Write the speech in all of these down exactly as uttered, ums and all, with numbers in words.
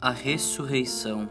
A ressurreição.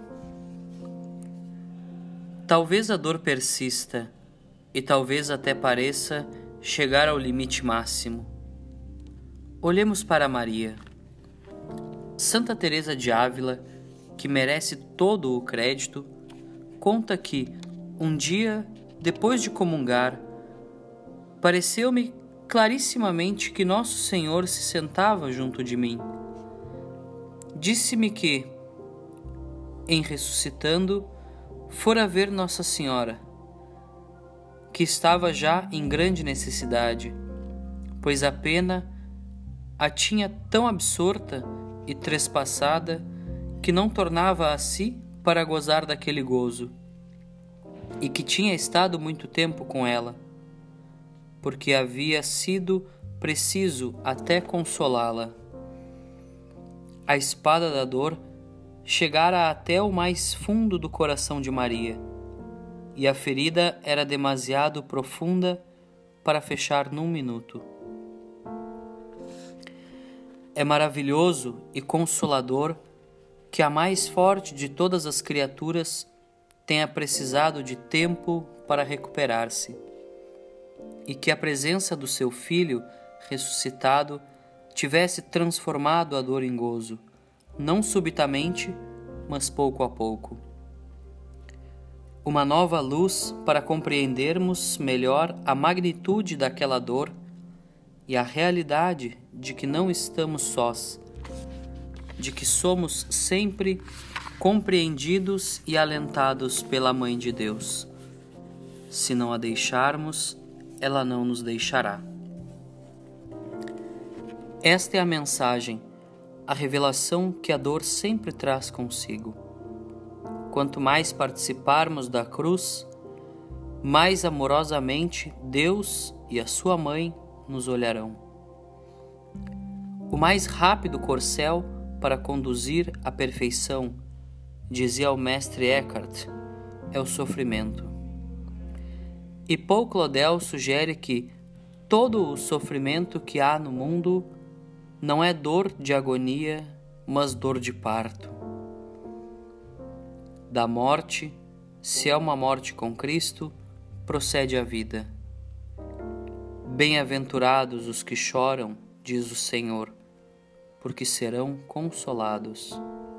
Talvez a dor persista, e talvez até pareça chegar ao limite máximo. Olhemos para Maria. Santa Teresa de Ávila, que merece todo o crédito, conta que, um dia, depois de comungar, pareceu-me clarissimamente que Nosso Senhor se sentava junto de mim. Disse-me que, em ressuscitando, fora ver Nossa Senhora, que estava já em grande necessidade, pois a pena a tinha tão absorta e trespassada que não tornava a si para gozar daquele gozo, e que tinha estado muito tempo com ela, porque havia sido preciso até consolá-la. A espada da dor chegara até o mais fundo do coração de Maria, e a ferida era demasiado profunda para fechar num minuto. É maravilhoso e consolador que a mais forte de todas as criaturas tenha precisado de tempo para recuperar-se, e que a presença do seu Filho ressuscitado tivesse transformado a dor em gozo, não subitamente, mas pouco a pouco. Uma nova luz para compreendermos melhor a magnitude daquela dor e a realidade de que não estamos sós, de que somos sempre compreendidos e alentados pela Mãe de Deus. Se não a deixarmos, ela não nos deixará. Esta é a mensagem, a revelação que a dor sempre traz consigo. Quanto mais participarmos da cruz, mais amorosamente Deus e a sua Mãe nos olharão. O mais rápido corcel para conduzir à perfeição, dizia o mestre Eckhart, é o sofrimento. E Paul Claudel sugere que todo o sofrimento que há no mundo não é dor de agonia, mas dor de parto. Da morte, se é uma morte com Cristo, procede a vida. Bem-aventurados os que choram, diz o Senhor, porque serão consolados.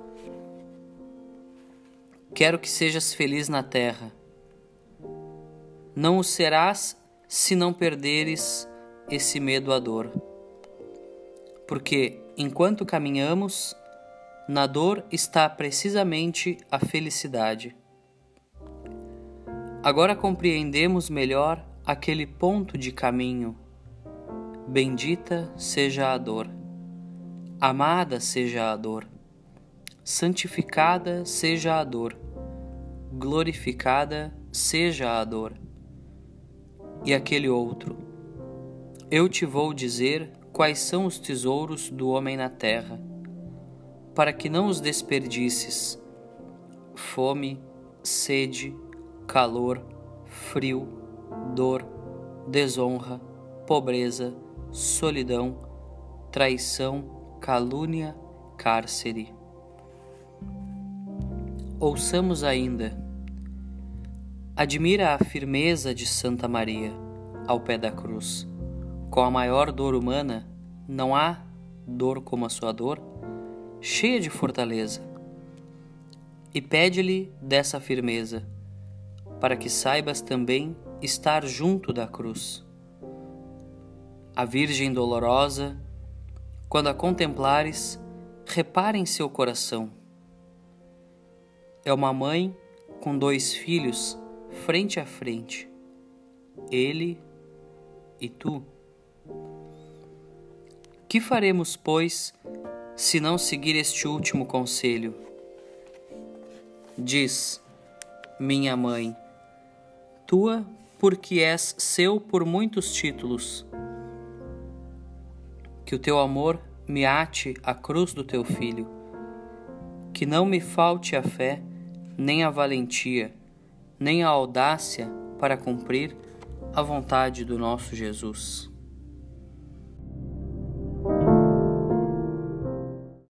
Quero que sejas feliz na terra. Não o serás se não perderes esse medo à dor. Porque, enquanto caminhamos, na dor está precisamente a felicidade. Agora compreendemos melhor aquele ponto de caminho. Bendita seja a dor, amada seja a dor, santificada seja a dor, glorificada seja a dor. E aquele outro, eu te vou dizer quais são os tesouros do homem na terra, para que não os desperdices: fome, sede, calor, frio, dor, desonra, pobreza, solidão, traição, calúnia, cárcere. Ouçamos ainda. Admira a firmeza de Santa Maria ao pé da cruz. Com a maior dor humana, não há dor como a sua dor, cheia de fortaleza. E pede-lhe dessa firmeza, para que saibas também estar junto da cruz. A Virgem dolorosa, quando a contemplares, repara em seu coração. É uma mãe com dois filhos frente a frente, ele e tu. Que faremos, pois, se não seguir este último conselho? Diz, minha mãe, tua porque és seu por muitos títulos, que o teu amor me ate à cruz do teu filho, que não me falte a fé, nem a valentia, nem a audácia para cumprir a vontade do nosso Jesus.